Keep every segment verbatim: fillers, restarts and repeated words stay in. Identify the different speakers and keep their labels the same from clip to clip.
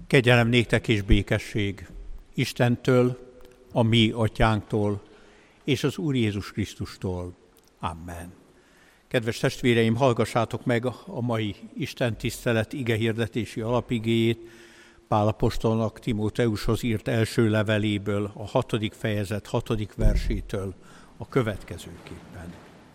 Speaker 1: Kegyelem néktek és békesség Istentől, a mi atyánktól és az Úr Jézus Krisztustól. Amen. Kedves testvéreim, hallgassátok meg a mai Isten tisztelet igehirdetési alapigéjét Pál apostolnak Timóteushoz írt első leveléből, a hatodik fejezet hatodik versétől a következőképpen.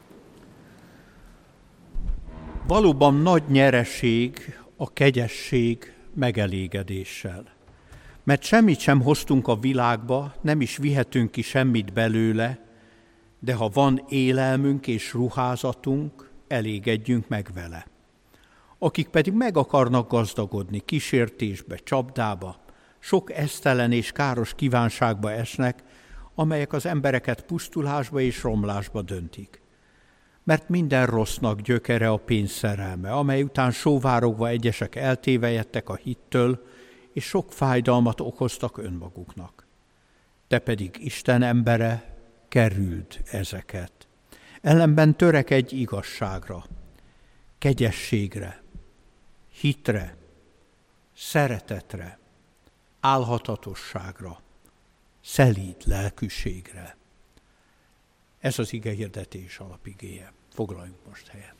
Speaker 1: Valóban nagy nyereség a kegyesség megelégedéssel, mert semmit sem hoztunk a világba, nem is vihetünk ki semmit belőle, de ha van élelmünk és ruházatunk, elégedjünk meg vele. Akik pedig meg akarnak gazdagodni, kísértésbe, csapdába, sok esztelen és káros kívánságba esnek, amelyek az embereket pusztulásba és romlásba döntik. Mert minden rossznak gyökere a pénz szerelme, amely után sóvárogva egyesek eltévejedtek a hittől, és sok fájdalmat okoztak önmaguknak. Te pedig, Isten embere, kerüld ezeket. Ellenben törekedj igazságra, kegyességre, hitre, szeretetre, álhatatosságra, szelíd lelkűségre. Ez az igehirdetés alapigéje. Foglaljunk most helyet.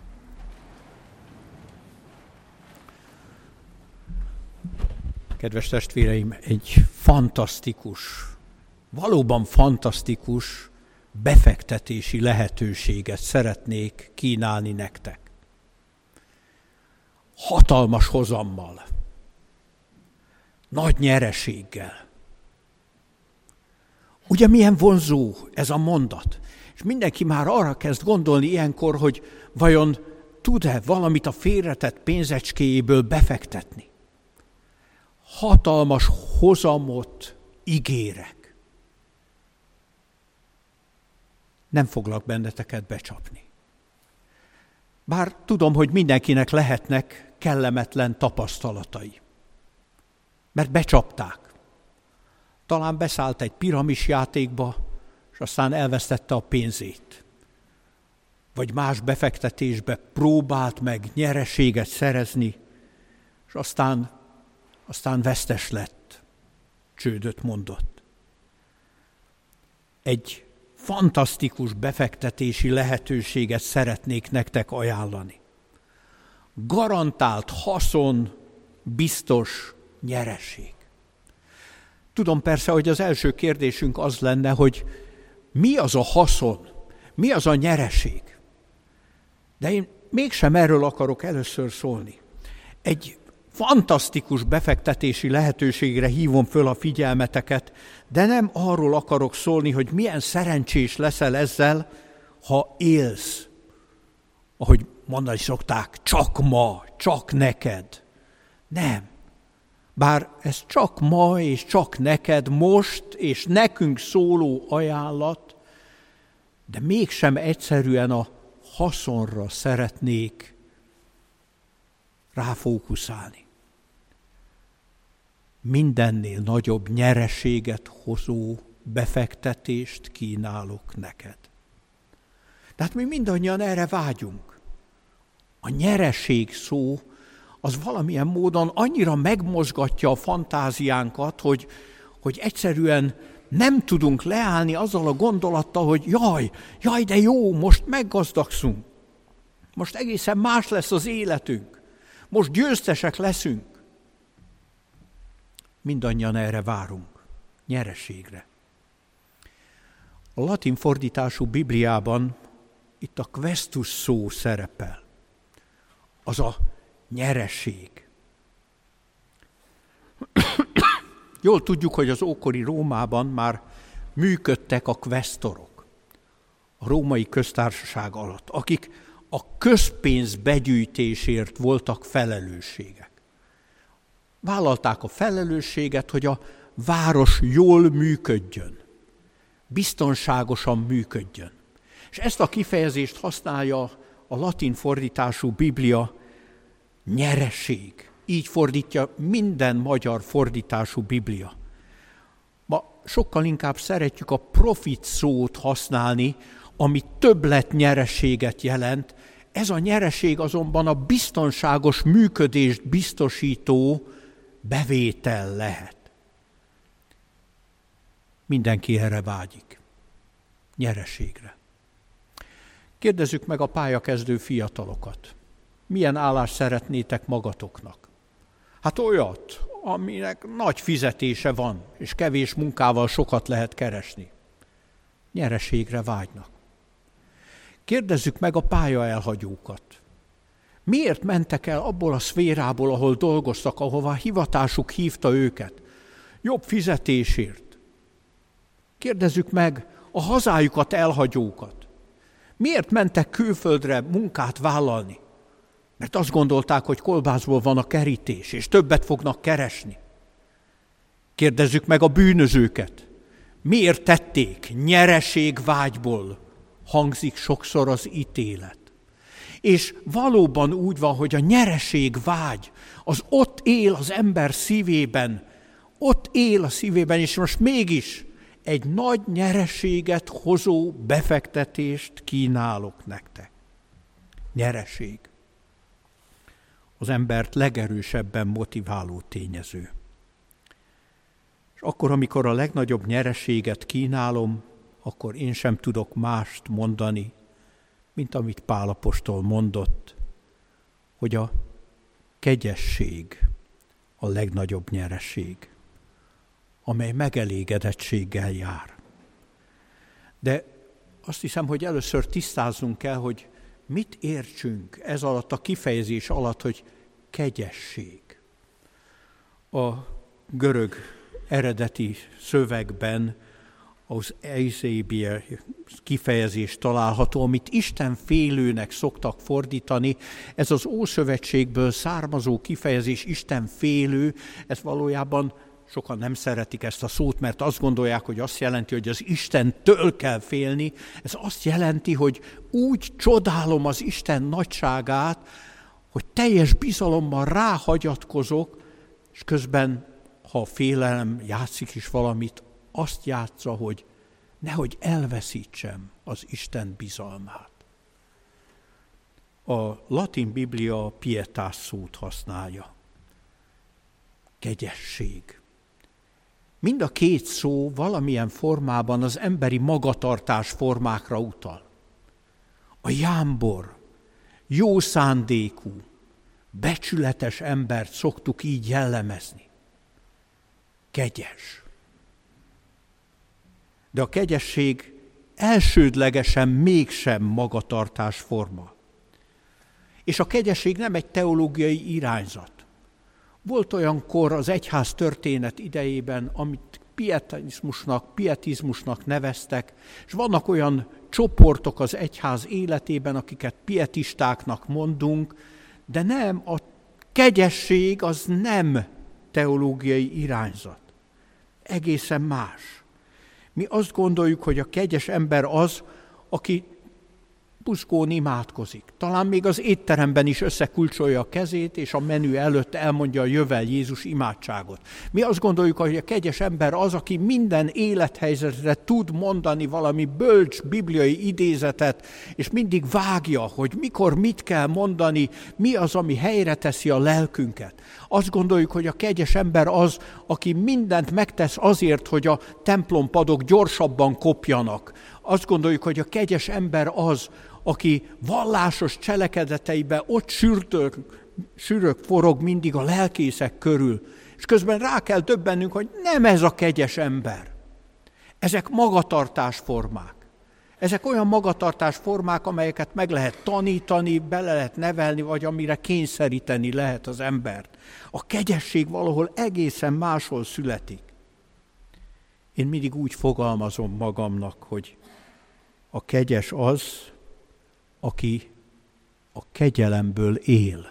Speaker 1: Kedves testvéreim, egy fantasztikus, valóban fantasztikus befektetési lehetőséget szeretnék kínálni nektek. Hatalmas hozammal, nagy nyereséggel. Ugye milyen vonzó ez a mondat? És mindenki már arra kezd gondolni ilyenkor, hogy vajon tud-e valamit a félretett pénzecskéjéből befektetni? Hatalmas hozamot ígérek. Nem foglak benneteket becsapni. Bár tudom, hogy mindenkinek lehetnek kellemetlen tapasztalatai. Mert becsapták. Talán beszállt egy piramis játékba, és aztán elvesztette a pénzét. Vagy más befektetésbe próbált meg nyereséget szerezni, és aztán, aztán vesztes lett, csődöt mondott. Egy fantasztikus befektetési lehetőséget szeretnék nektek ajánlani. Garantált haszon, biztos nyereség. Tudom persze, hogy az első kérdésünk az lenne, hogy mi az a haszon, mi az a nyereség. De én mégsem erről akarok először szólni. Egy fantasztikus befektetési lehetőségre hívom föl a figyelmeteket, de nem arról akarok szólni, hogy milyen szerencsés leszel ezzel, ha élsz. Ahogy mondani szokták, csak ma, csak neked. Nem. Bár ez csak ma és csak neked most és nekünk szóló ajánlat, de mégsem egyszerűen a haszonra szeretnék ráfókuszálni. Mindennél nagyobb nyereséget hozó befektetést kínálok neked. Tehát mi mindannyian erre vágyunk. A nyereség szó az valamilyen módon annyira megmozgatja a fantáziánkat, hogy, hogy egyszerűen nem tudunk leállni azzal a gondolattal, hogy jaj, jaj, de jó, most meggazdagszunk. Most egészen más lesz az életünk. Most győztesek leszünk. Mindannyian erre várunk, nyereségre. A latin fordítású Bibliában itt a questus szó szerepel. Az a nyereség. Jól tudjuk, hogy az ókori Rómában már működtek a questorok a római köztársaság alatt, akik a közpénz begyűjtésért voltak felelősségek. Vállalták a felelősséget, hogy a város jól működjön, biztonságosan működjön. És ezt a kifejezést használja a latin fordítású Biblia, nyereség. Így fordítja minden magyar fordítású Biblia. Ma sokkal inkább szeretjük a profit szót használni, ami többlet nyereséget jelent. Ez a nyereség azonban a biztonságos működést biztosító bevétel lehet. Mindenki erre vágyik. Nyereségre. Kérdezzük meg a pályakezdő fiatalokat. Milyen állást szeretnétek magatoknak? Hát olyat, aminek nagy fizetése van, és kevés munkával sokat lehet keresni. Nyereségre vágynak. Kérdezzük meg a pályaelhagyókat. Miért mentek el abból a szférából, ahol dolgoztak, ahova a hivatásuk hívta őket? Jobb fizetésért. Kérdezzük meg a hazájukat elhagyókat. Miért mentek külföldre munkát vállalni? Mert azt gondolták, hogy kolbászból van a kerítés, és többet fognak keresni. Kérdezzük meg a bűnözőket. Miért tették? Nyereségvágyból hangzik sokszor az ítélet. És valóban úgy van, hogy a nyereségvágy az ott él az ember szívében, ott él a szívében, és most mégis egy nagy nyereséget hozó befektetést kínálok nektek. Nyereség. Az embert legerősebben motiváló tényező. És akkor, amikor a legnagyobb nyereséget kínálom, akkor én sem tudok mást mondani, mint amit Pál apostol mondott, hogy a kegyesség a legnagyobb nyereség, amely megelégedettséggel jár. De azt hiszem, hogy először tisztáznunk kell, hogy mit értsünk ez alatt a kifejezés alatt, hogy kegyesség. A görög eredeti szövegben az eusebia kifejezés található, amit Isten félőnek szoktak fordítani. Ez az Ószövetségből származó kifejezés, Isten félő, ez valójában sokan nem szeretik ezt a szót, mert azt gondolják, hogy azt jelenti, hogy az Istentől kell félni. Ez azt jelenti, hogy úgy csodálom az Isten nagyságát, hogy teljes bizalommal ráhagyatkozok, és közben, ha a félelem játszik is valamit, azt játsza, hogy nehogy elveszítsem az Isten bizalmát. A latin biblia a pietas szót használja. Kegyesség. Mind a két szó valamilyen formában az emberi magatartás formákra utal. A jámbor, jó szándékú, becsületes embert szoktuk így jellemezni. Kegyes. De a kegyesség elsődlegesen mégsem magatartás forma. És a kegyesség nem egy teológiai irányzat. Volt olyan kor az egyház történet idejében, amit pietizmusnak, pietizmusnak neveztek, és vannak olyan csoportok az egyház életében, akiket pietistáknak mondunk, de nem, a kegyesség az nem teológiai irányzat. Egészen más. Mi azt gondoljuk, hogy a kegyes ember az, aki buzgón imádkozik. Talán még az étteremben is összekulcsolja a kezét, és a menü előtt elmondja a jövel Jézus imádságot. Mi azt gondoljuk, hogy a kegyes ember az, aki minden élethelyzetre tud mondani valami bölcs bibliai idézetet, és mindig vágja, hogy mikor mit kell mondani, mi az, ami helyre teszi a lelkünket. Azt gondoljuk, hogy a kegyes ember az, aki mindent megtesz azért, hogy a templompadok gyorsabban kopjanak. Azt gondoljuk, hogy a kegyes ember az, aki vallásos cselekedeteiben ott sürtök, sürök forog mindig a lelkészek körül, és közben rá kell döbbennünk, hogy nem ez a kegyes ember. Ezek magatartásformák. Ezek olyan magatartásformák, amelyeket meg lehet tanítani, bele lehet nevelni, vagy amire kényszeríteni lehet az embert. A kegyesség valahol egészen máshol születik. Én mindig úgy fogalmazom magamnak, hogy a kegyes az, aki a kegyelemből él.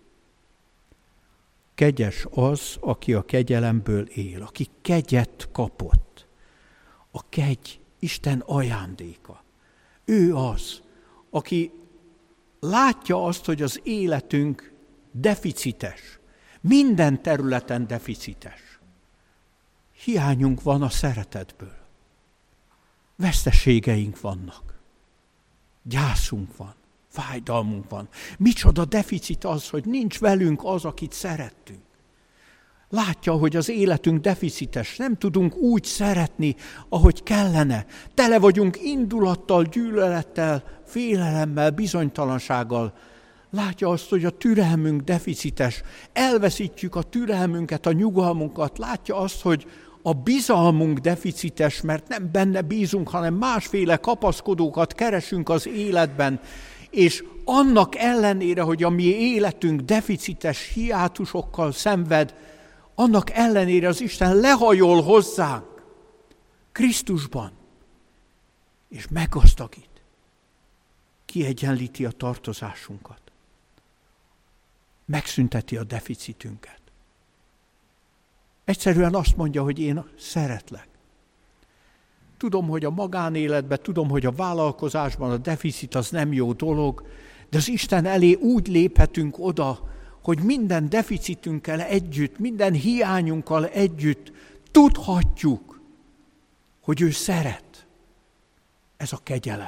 Speaker 1: Kegyes az, aki a kegyelemből él, aki kegyet kapott. A kegy Isten ajándéka. Ő az, aki látja azt, hogy az életünk deficites. Minden területen deficites. Hiányunk van a szeretetből. Veszteségeink vannak. Gyászunk van, fájdalmunk van. Micsoda deficit az, hogy nincs velünk az, akit szerettünk. Látja, hogy az életünk deficites, nem tudunk úgy szeretni, ahogy kellene. Tele vagyunk indulattal, gyűlölettel, félelemmel, bizonytalansággal. Látja azt, hogy a türelmünk deficites, elveszítjük a türelmünket, a nyugalmunkat. Látja azt, hogy a bizalmunk deficites, mert nem benne bízunk, hanem másféle kapaszkodókat keresünk az életben, és annak ellenére, hogy a mi életünk deficites hiátusokkal szenved, annak ellenére az Isten lehajol hozzánk Krisztusban, és meggazdagít, kiegyenlíti a tartozásunkat, megszünteti a deficitünket. Egyszerűen azt mondja, hogy én szeretlek. Tudom, hogy a magánéletben, tudom, hogy a vállalkozásban a deficit az nem jó dolog, de az Isten elé úgy léphetünk oda, hogy minden deficitünkkel együtt, minden hiányunkkal együtt tudhatjuk, hogy ő szeret. Ez a kegyelem,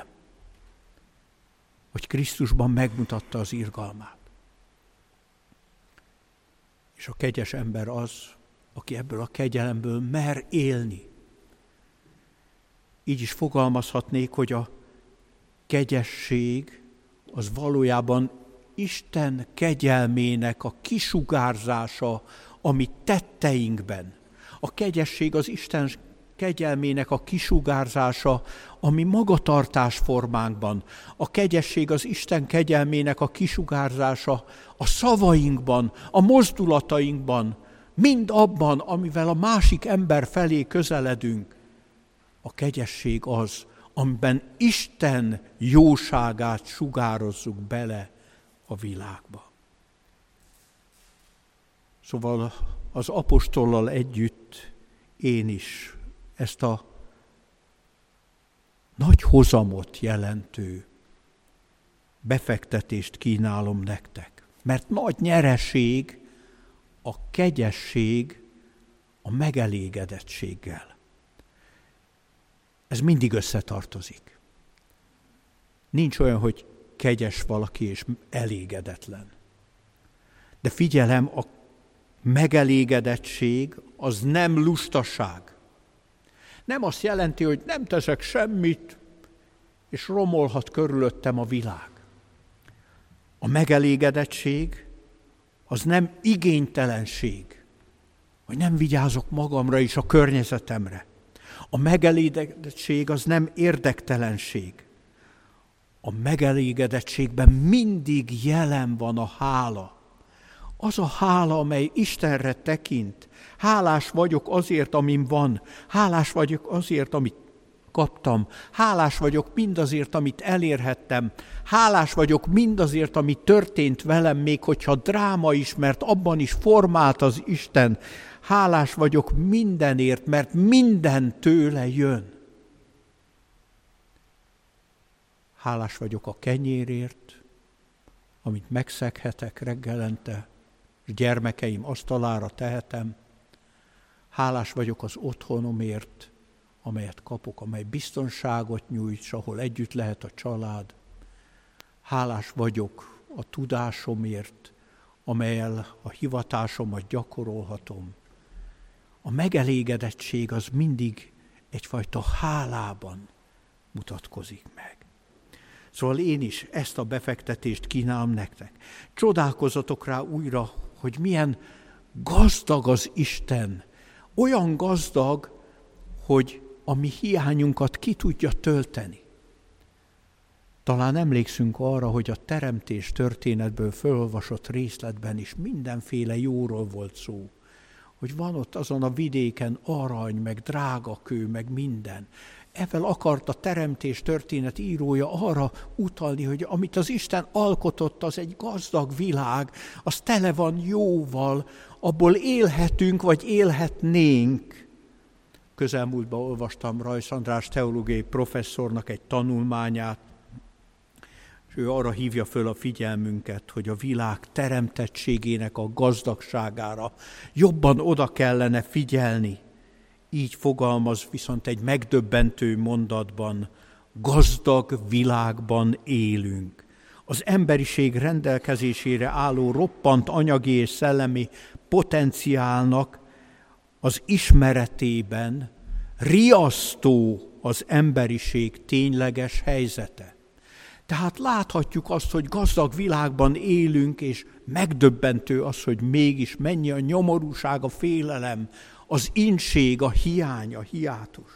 Speaker 1: hogy Krisztusban megmutatta az irgalmát. És a kegyes ember az, aki ebből a kegyelemből mer élni. Így is fogalmazhatnék, hogy a kegyesség az valójában Isten kegyelmének a kisugárzása a mi tetteinkben. A kegyesség az Isten kegyelmének a kisugárzása a mi magatartás formánkban. A kegyesség az Isten kegyelmének a kisugárzása a szavainkban, a mozdulatainkban, mind abban, amivel a másik ember felé közeledünk. A kegyesség az, amiben Isten jóságát sugározzuk bele a világba. Szóval az apostollal együtt én is ezt a nagy hozamot jelentő befektetést kínálom nektek. Mert nagy nyereség a kegyesség a megelégedettséggel. Ez mindig összetartozik. Nincs olyan, hogy kegyes valaki és elégedetlen. De figyelem, a megelégedettség az nem lustaság. Nem azt jelenti, hogy nem teszek semmit, és romolhat körülöttem a világ. A megelégedettség az nem igénytelenség, hogy nem vigyázok magamra és a környezetemre. A megelégedettség az nem érdektelenség. A megelégedettségben mindig jelen van a hála. Az a hála, amely Istenre tekint. Hálás vagyok azért, amim van. Hálás vagyok azért, amit kaptam. Hálás vagyok mindazért, amit elérhettem. Hálás vagyok mindazért, ami történt velem, még hogyha dráma is, mert abban is formált az Isten. Hálás vagyok mindenért, mert minden tőle jön. Hálás vagyok a kenyérért, amit megszeghetek reggelente, és gyermekeim asztalára tehetem. Hálás vagyok az otthonomért, amelyet kapok, amely biztonságot nyújt, és ahol együtt lehet a család. Hálás vagyok a tudásomért, amellyel a hivatásomat gyakorolhatom. A megelégedettség az mindig egyfajta hálában mutatkozik meg. Szóval én is ezt a befektetést kínálom nektek. Csodálkozzatok rá újra, hogy milyen gazdag az Isten. Olyan gazdag, hogy a mi hiányunkat ki tudja tölteni. Talán emlékszünk arra, hogy a teremtés történetből felolvasott részletben is mindenféle jóról volt szó. Hogy van ott azon a vidéken arany, meg drágakő, meg minden. Ezzel akart a teremtés történet írója arra utalni, hogy amit az Isten alkotott, az egy gazdag világ, az tele van jóval, abból élhetünk, vagy élhetnénk. Közelmúltban olvastam Rajsz András teológiai professzornak egy tanulmányát, és ő arra hívja föl a figyelmünket, hogy a világ teremtettségének a gazdagságára jobban oda kellene figyelni. Így fogalmaz viszont egy megdöbbentő mondatban, gazdag világban élünk. az emberiség rendelkezésére álló roppant anyagi és szellemi potenciálnak az ismeretében riasztó az emberiség tényleges helyzete. Tehát láthatjuk azt, hogy gazdag világban élünk, és megdöbbentő az, hogy mégis mennyi a nyomorúság, a félelem, az inség, a hiány, a hiátus.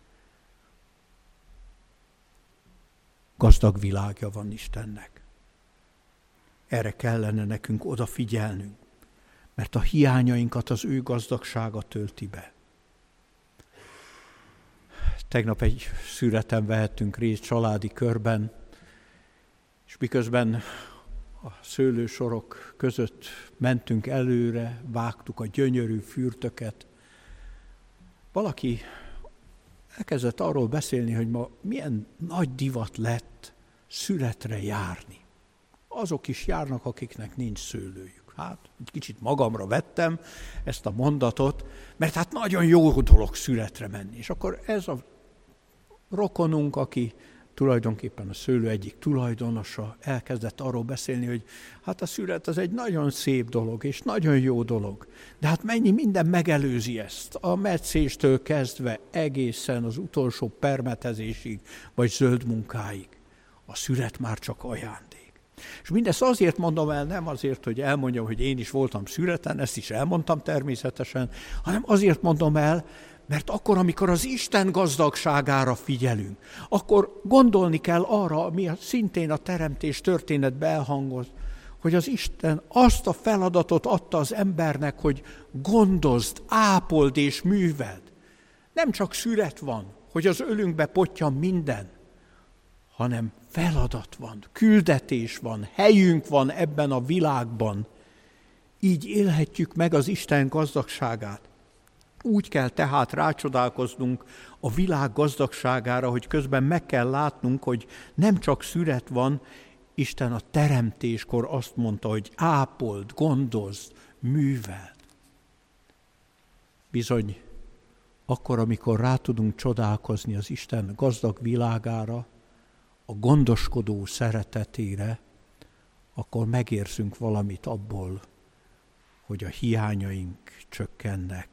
Speaker 1: Gazdag világja van Istennek. Erre kellene nekünk odafigyelnünk, mert a hiányainkat az ő gazdagsága tölti be. Tegnap egy születen vehettünk részt családi körben, és miközben a szőlősorok között mentünk előre, vágtuk a gyönyörű fürtöket, valaki elkezdett arról beszélni, hogy ma milyen nagy divat lett születre járni. Azok is járnak, akiknek nincs szőlőjük. Hát, egy kicsit magamra vettem ezt a mondatot, mert hát nagyon jó dolog születre menni. És akkor ez a rokonunk, aki tulajdonképpen a szőlő egyik tulajdonosa, elkezdett arról beszélni, hogy hát a szület az egy nagyon szép dolog, és nagyon jó dolog. De hát mennyi minden megelőzi ezt, a metszéstől kezdve egészen az utolsó permetezésig, vagy zöld munkáig. A szület már csak ajándék. És mindezt azért mondom el, nem azért, hogy elmondjam, hogy én is voltam születen, ezt is elmondtam természetesen, hanem azért mondom el, mert akkor, amikor az Isten gazdagságára figyelünk, akkor gondolni kell arra, ami szintén a teremtés történetbe elhangoz, hogy az Isten azt a feladatot adta az embernek, hogy gondozd, ápold és műveld. Nem csak szület van, hogy az ölünkbe pottyan minden, hanem feladat van, küldetés van, helyünk van ebben a világban. Így élhetjük meg az Isten gazdagságát. Úgy kell tehát rácsodálkoznunk a világ gazdagságára, hogy közben meg kell látnunk, hogy nem csak szület van, Isten a teremtéskor azt mondta, hogy ápold, gondozd, műveld. Bizony, akkor, amikor rá tudunk csodálkozni az Isten gazdag világára, a gondoskodó szeretetére, akkor megérzünk valamit abból, hogy a hiányaink csökkennek.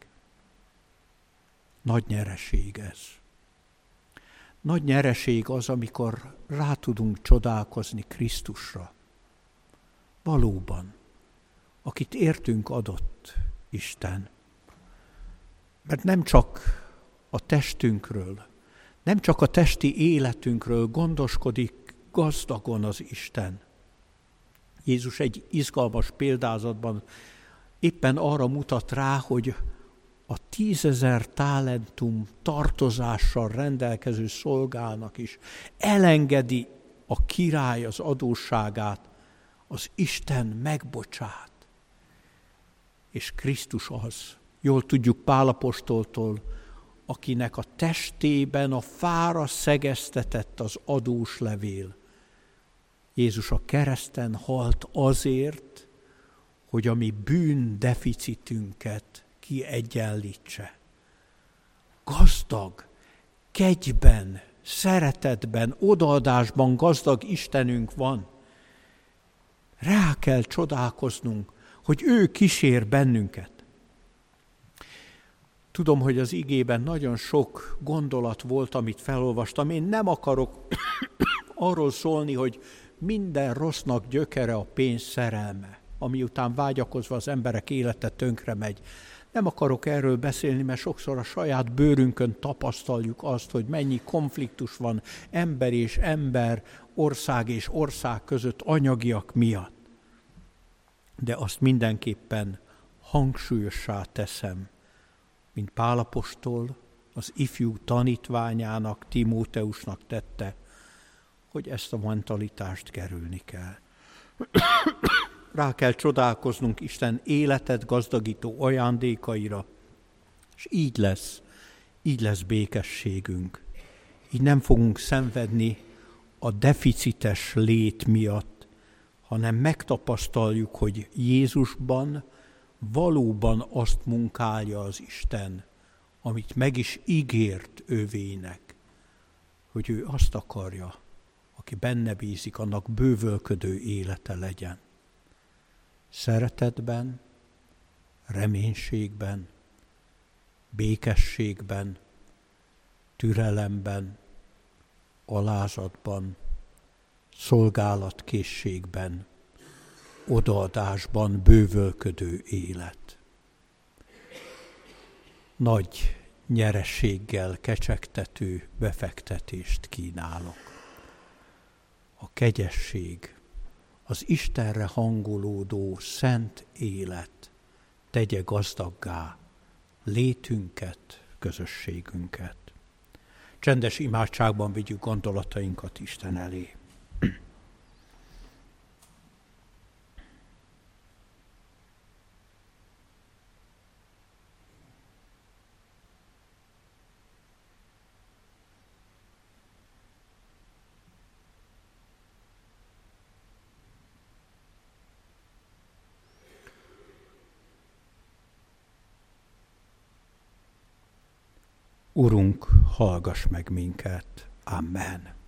Speaker 1: Nagy nyereség ez. Nagy nyereség az, amikor rá tudunk csodálkozni Krisztusra. Valóban, akit értünk adott Isten. Mert nem csak a testünkről, nem csak a testi életünkről gondoskodik gazdagon az Isten. Jézus egy izgalmas példázatban éppen arra mutat rá, hogy a tízezer talentum tartozással rendelkező szolgának is elengedi a király az adósságát, az Isten megbocsát. És Krisztus az, jól tudjuk Pál apostoltól, akinek a testében a fára szegeztetett az adós levél. Jézus a kereszten halt azért, hogy a mi bűndeficitünket kiegyenlítse. Gazdag, kegyben, szeretetben, odaadásban gazdag Istenünk van. Rá kell csodálkoznunk, hogy ő kísér bennünket. Tudom, hogy az igében nagyon sok gondolat volt, amit felolvastam. Én nem akarok arról szólni, hogy minden rossznak gyökere a pénz szerelme, ami után vágyakozva az emberek élete tönkre megy. Nem akarok erről beszélni, mert sokszor a saját bőrünkön tapasztaljuk azt, hogy mennyi konfliktus van ember és ember, ország és ország között anyagiak miatt. De azt mindenképpen hangsúlyossá teszem, mint Pál apostol az ifjú tanítványának, Timóteusnak tette, hogy ezt a mentalitást kerülni kell. Rá kell csodálkoznunk Isten életet gazdagító ajándékaira, és így lesz, így lesz békességünk. Így nem fogunk szenvedni a deficites lét miatt, hanem megtapasztaljuk, hogy Jézusban valóban azt munkálja az Isten, amit meg is ígért övének, hogy ő azt akarja, a aki benne bízik, annak bővölködő élete legyen. Szeretetben, reménységben, békességben, türelemben, alázatban, szolgálatkészségben, odaadásban bővölködő élet. Nagy nyereséggel kecsegtető befektetést kínálok. A kegyesség, az Istenre hangolódó szent élet tegye gazdaggá létünket, közösségünket. Csendes imádságban vigyük gondolatainkat Isten elé. Urunk, hallgass meg minket. Amen.